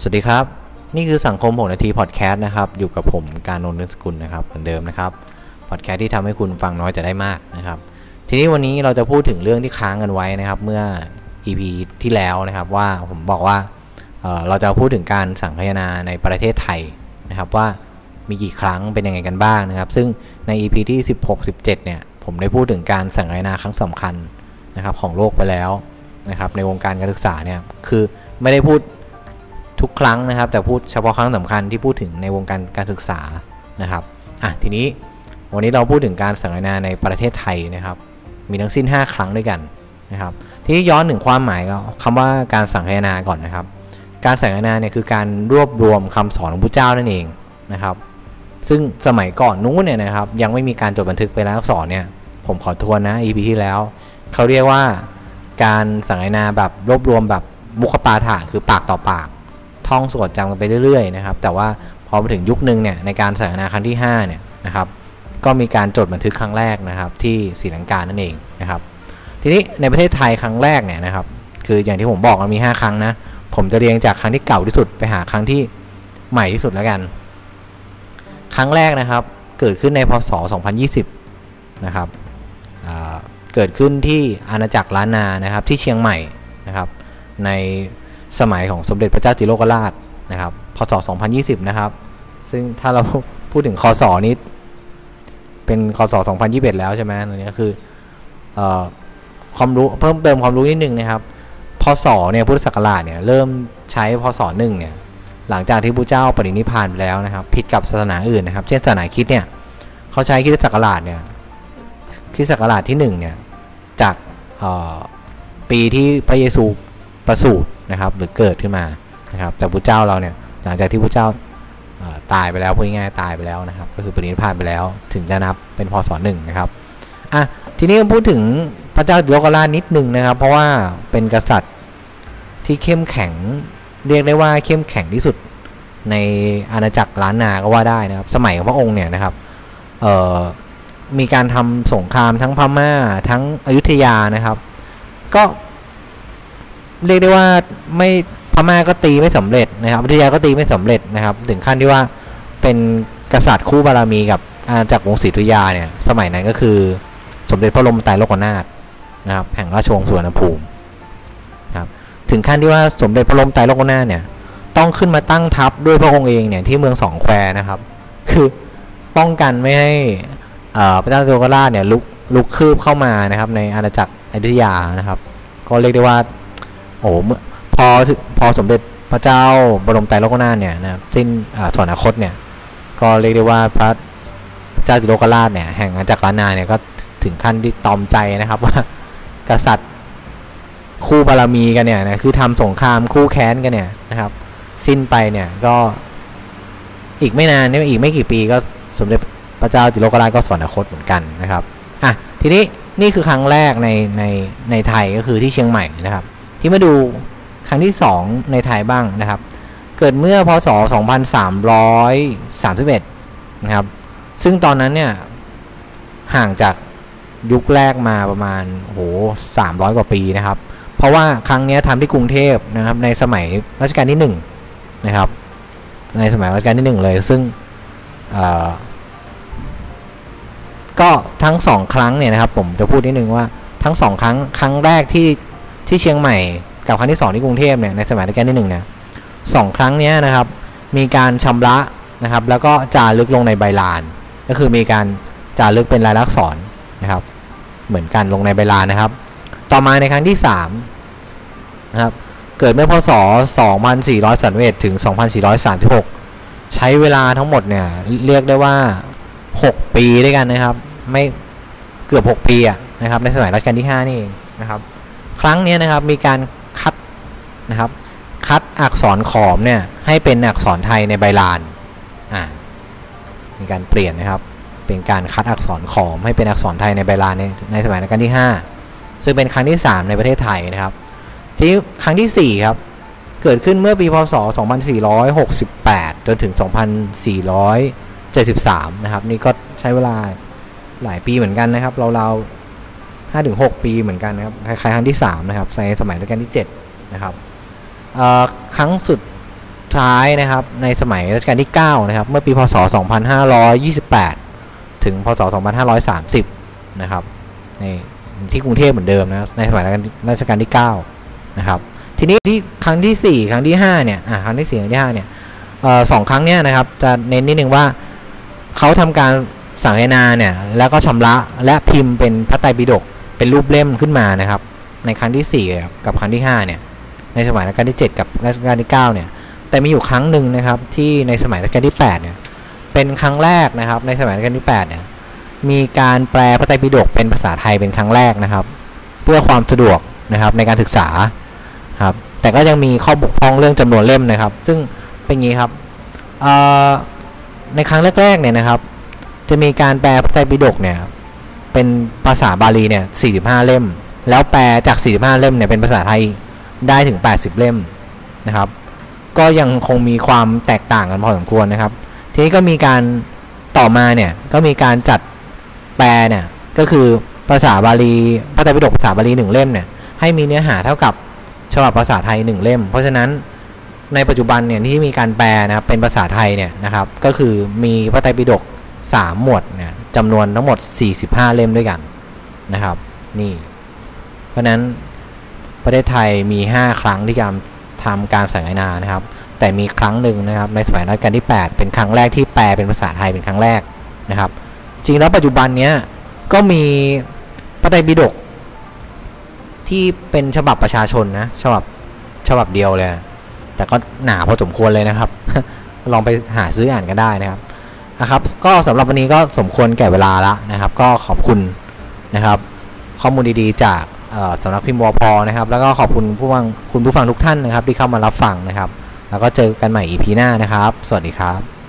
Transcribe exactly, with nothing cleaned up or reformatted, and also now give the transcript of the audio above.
สวัสดีครับนี่คือสังคมหกนาทีพอดแคสต์นะครับอยู่กับผมการนนท์ นึกสกุลนะครับเหมือนเดิมนะครับพอดแคสต์ที่ทำให้คุณฟังน้อยจะได้มากนะครับทีนี้วันนี้เราจะพูดถึงเรื่องที่ค้างกันไว้นะครับเมื่อ อี พี ที่แล้วนะครับว่าผมบอกว่า เอ่อ เราจะพูดถึงการสังคายนาในประเทศไทยนะครับว่ามีกี่ครั้งเป็นยังไงกันบ้างนะครับซึ่งใน อี พี ที่สิบหก สิบเจ็ดเนี่ยผมได้พูดถึงการสังคายนาครั้งสำคัญนะครับของโลกไปแล้วนะครับในวงการการศึกษาเนี่ยคือไม่ได้พูดทุกครั้งนะครับแต่พูดเฉพาะครั้งสำคัญที่พูดถึงในวงการการศึกษานะครับอ่ะทีนี้วันนี้เราพูดถึงการสังคายนาในประเทศไทยนะครับมีทั้งสิ้นห้าครั้งด้วยกันนะครับทีนี้ย้อนถึงความหมายคำว่าการสังคายนาก่อนนะครับการสังคายนาเนี่ยคือการรวบรวมคำสอนของพระเจ้านั่นเองนะครับซึ่งสมัยก่อนนู้นเนี่ยนะครับยังไม่มีการจดบันทึกเป็นลายลักษณ์อักษรเนี่ยผมขอทวนนะ อี พี ที่แล้วเขาเรียกว่าการสังคายนาแบบรวบรวมแบบมุขปาฐะคือปากต่อปากท่องสวดจำกันไปเรื่อยๆนะครับแต่ว่าพอมาถึงยุคนึงเนี่ยในการสังคายนาครั้งที่ห้าเนี่ยนะครับก็มีการจดบันทึกครั้งแรกนะครับที่ศรีลังกานั่นเองนะครับทีนี้ในประเทศไทยครั้งแรกเนี่ยนะครับคืออย่างที่ผมบอกมันมีห้าครั้งนะผมจะเรียงจากครั้งที่เก่าที่สุดไปหาครั้งที่ใหม่ที่สุดแล้วกันครั้งแรกนะครับเกิดขึ้นในพ.ศ. สองพันยี่สิบนะครับเกิดขึ้นที่อาณาจักรล้านนานะครับที่เชียงใหม่นะครับในสมัยของสมเด็จพระเจ้าจิโรกราชนะครับพ.ศ. สองพันยี่สิบนะครับซึ่งถ้าเราพูดถึงค.ศ. นี้เป็นค.ศ. สองพันยี่สิบเอ็ดแล้วใช่ไหมอันนี้ก็คือเอ่อความรู้เพิ่มเติมความรู้นิดนึงนะครับพ.ศ. เนี่ยพุทธศักราชเนี่ยเริ่มใช้พ.ศ. หนึ่งเนี่ยหลังจากที่พระเจ้าปรินิพพานไปแล้วนะครับผิดกับศาสนาอื่นนะครับเช่นศาสนาคริสต์เนี่ยเขาใช้คริสตศักราชเนี่ยคริสตศักราชที่หนึ่งเนี่ยจากปีที่พระเยซูประสูตินะครับหรือเกิดขึ้นมานะครับแต่พระเจ้าเราเนี่ยหลังจากที่พระเจ้าตายไปแล้วพูดง่ายๆตายไปแล้วนะครับก็คือปรินิพพานไปแล้วถึงจะนับเป็นพ.ศ. หนึ่งนะครับอ่ะทีนี้พูดถึงพระเจ้าจิโรกราชนิดนึงนะครับเพราะว่าเป็นกษัตริย์ที่เข้มแข็งเรียกได้ว่าเข้มแข็งที่สุดในอาณาจักรล้านนาก็ว่าได้นะครับสมัยของพระองค์เนี่ยนะครับเอ่อมีการทำสงครามทั้งพม่าทั้งอยุธยานะครับก็เรียกได้ว่าไม่พม่าก็ตีไม่สำเร็จนะครับอยุธยาก็ตีไม่สำเร็จนะครับถึงขั้นที่ว่าเป็นกษัตริย์คู่บารมีกับอาณาจักรวงศ์ศรีอยุธยาเนี่ยสมัยนั้นก็คือสมเด็จพระบรมไตรโลกนาถนะครับแห่งราชวงศ์สุวรรณภูมิครับถึงขั้นที่ว่าสมเด็จพระบรมไตรโลกนาถเนี่ยต้องขึ้นมาตั้งทัพด้วยพระองค์เองเนี่ยที่เมืองสองแควนะครับคือป้องกันไม่ให้พระเจ้าจิโรกราชเนี่ยลุกลุกคืบเข้ามานะครับในอาณาจักรอยุธยานะครับก็เรียกได้ว่าโอ้เมื่อพอพอสมเด็จพระเจ้าบรมไตรโลกนาถเนี่ยนะสิ้นสวรรคตเนี่ยก็เรียกได้ว่าพระเจ้าจิโรกราชเนี่ยแห่งอาณาจักรล้านนาเนี่ยก็ถึงขั้นที่ตอมใจนะครับว่ากษัตริย์คู่บารมีกันเนี่ยนะคือทำสงครามคู่แค้นกันเนี่ยนะครับสิ้นไปเนี่ยก็อีกไม่นานเนี่ยอีกไม่กี่ปีก็สมเด็จพระเจ้าจิโรกราชก็สวรรคตเหมือนกันนะครับอ่ะทีนี้นี่คือครั้งแรกในในในไทยก็คือที่เชียงใหม่นะครับที่มาดูครั้งที่สองในไทยบ้างนะครับเกิดเมื่อพ.ศ. สองพันสามร้อยสามสิบเอ็ดนะครับซึ่งตอนนั้นเนี่ยห่างจากยุคแรกมาประมาณโอ้โหสามร้อยกว่าปีนะครับเพราะว่าครั้งนี้ทำที่กรุงเทพนะครับในสมัยรัชกาลที่หนึ่งนะครับในสมัยรัชกาลที่หนึ่งเลยซึ่งก็ทั้งสองครั้งเนี่ยนะครับผมจะพูดนิดนึงว่าทั้งสองครั้งครั้งแรกที่ที่เชียงใหม่กับครั้งที่สองที่กรุงเทพเนี่ยในสมัยรัชกาลที่หนึ่งเนี่ยสองครั้งนี้นะครับมีการชำระนะครับแล้วก็จารึกลงในใบลานก็คือมีการจารึกเป็นลายลักษณ์อักษรนะครับเหมือนกันลงในใบลานนะครับต่อมาในครั้งที่สามนะครับเกิดเมื่อพ.ศ. สองพันสี่ร้อยสามสิบเอ็ดถึงสองพันสี่ร้อยสามสิบหกใช้เวลาทั้งหมดเนี่ยเรียกได้ว่าหกปีด้วยกันนะครับไม่เกือบหกปีอ่ะนะครับในสมัยรัชกาลที่ห้านี่เองนะครับครั้งนี้นะครับมีการคัดนะครับคัดอักษรขอมเนี่ยให้เป็นอักษรไทยในใบลานอ่ามีการเปลี่ยนนะครับเป็นการคัดอักษรขอมให้เป็นอักษรไทยในใบลานในในสมัยรัชกาลที่ห้าซึ่งเป็นครั้งที่สามในประเทศไทยนะครับที่ครั้งที่สี่ครับเกิดขึ้นเมื่อปีพ.ศ. สองพันสี่ร้อยหกสิบแปดจนถึงสองพันสี่ร้อยเจ็ดสิบสามนะครับนี่ก็ใช้เวลาหลายปีเหมือนกันนะครับเราๆ ห้าถึงหก ปีเหมือนกันนะครับคล้ายๆครั้งที่สามนะครับในสมัยรัชกาลที่เจ็ดนะครับครั้งสุดท้ายนะครับในสมัยรัชกาลที่เก้านะครับเมื่อปีพศสองพันห้าร้อยยี่สิบแปดถึงพศสองพันห้าร้อยสามสิบนะครับในที่กรุงเทพเหมือนเดิมนะในสมัยรัชกาลที่เก้านะครับทีนี้ที่ครั้งที่สี่ครั้งที่ห้าเนี่ยอ่าครั้งที่สี่ครั้งที่ห้าเนี่ยเอ่อสองครั้งเนี้ยนะครับจะเน้นนิดนึงว่าเขาทำการสังคายนาเนี่ยแล้วก็ชำระและพิมพ์เป็นพระไตรปิฎกเป็นรูปเล่มขึ้นมานะครับในครั้งที่สี่กับครั้งที่ห้าเนี่ยในสมัยรัชกาลที่เจ็ดกับรัชกาลที่เก้าเนี่ยแต่มีอยู่ครั้งหนึ่งนะครับที่ในสมัยรัชกาลที่แปดเนี่ยเป็นครั้งแรกนะครับในสมัยรัชกาลที่แปดเนี่ยมีการแปลพระไตรปิฎกเป็นภาษาไทยเป็นครั้งแรกนะครับเพื่อความสะดวกนะครับในการศึกษาครับแต่ก็ยังมีข้อบกพร่องเรื่องจำนวนเล่มนะครับซึ่งเป็นงี้ครับในครั้งแรกๆเนี่ยนะครับจะมีการแปลพระไตรปิฎกเนี่ยเป็นภาษาบาลีเนี่ยสี่สิบห้าเล่มแล้วแปลจากสี่สิบห้าเล่มเนี่ยเป็นภาษาไทยได้ถึงแปดสิบเล่มนะครับก็ยังคงมีความแตกต่างกันพอสมควรนะครับทีนี้ก็มีการต่อมาเนี่ยก็มีการจัดแปลเนี่ยก็คือภาษาบาลีพระไตรปิฎกภาษาบาลีหนึ่งเล่มเนี่ยให้มีเนื้อหาเท่ากับฉบับภาษาไทยหนึ่งเล่มเพราะฉะนั้นในปัจจุบันเนี่ยที่มีการแปลนะครับเป็นภาษาไทยเนี่ยนะครับก็คือมีพระไตรปิฎกสามหมวดเนี่ยจำนวนทั้งหมดสี่สิบห้าเล่มด้วยกันนะครับนี่เพราะฉะนั้นประเทศไทยมีห้าครั้งที่การทำการสังคายนานะครับแต่มีครั้งหนึ่งนะครับในสมัยรัชกาลที่แปดเป็นครั้งแรกที่แปลเป็นภาษาไทยเป็นครั้งแรกนะครับจริงแล้วปัจจุบันเนี้ยก็มีพระไตรปิฎกที่เป็นฉบับประชาชนนะฉบับฉบับเดียวเลยแต่ก็หนาพอสมควรเลยนะครับ ลองไปหาซื้ออ่านกันได้นะครับนะครับก็สำหรับวันนี้ก็สมควรแก่เวลาละนะครับก็ขอบคุณนะครับข้อมูลดีๆจากสำนักพิมพ์วพ.นะครับแล้วก็ขอบคุณผู้ฟังคุณผู้ฟังทุกท่านนะครับที่เข้ามารับฟังนะครับแล้วก็เจอกันใหม่ อี พี หน้านะครับสวัสดีครับ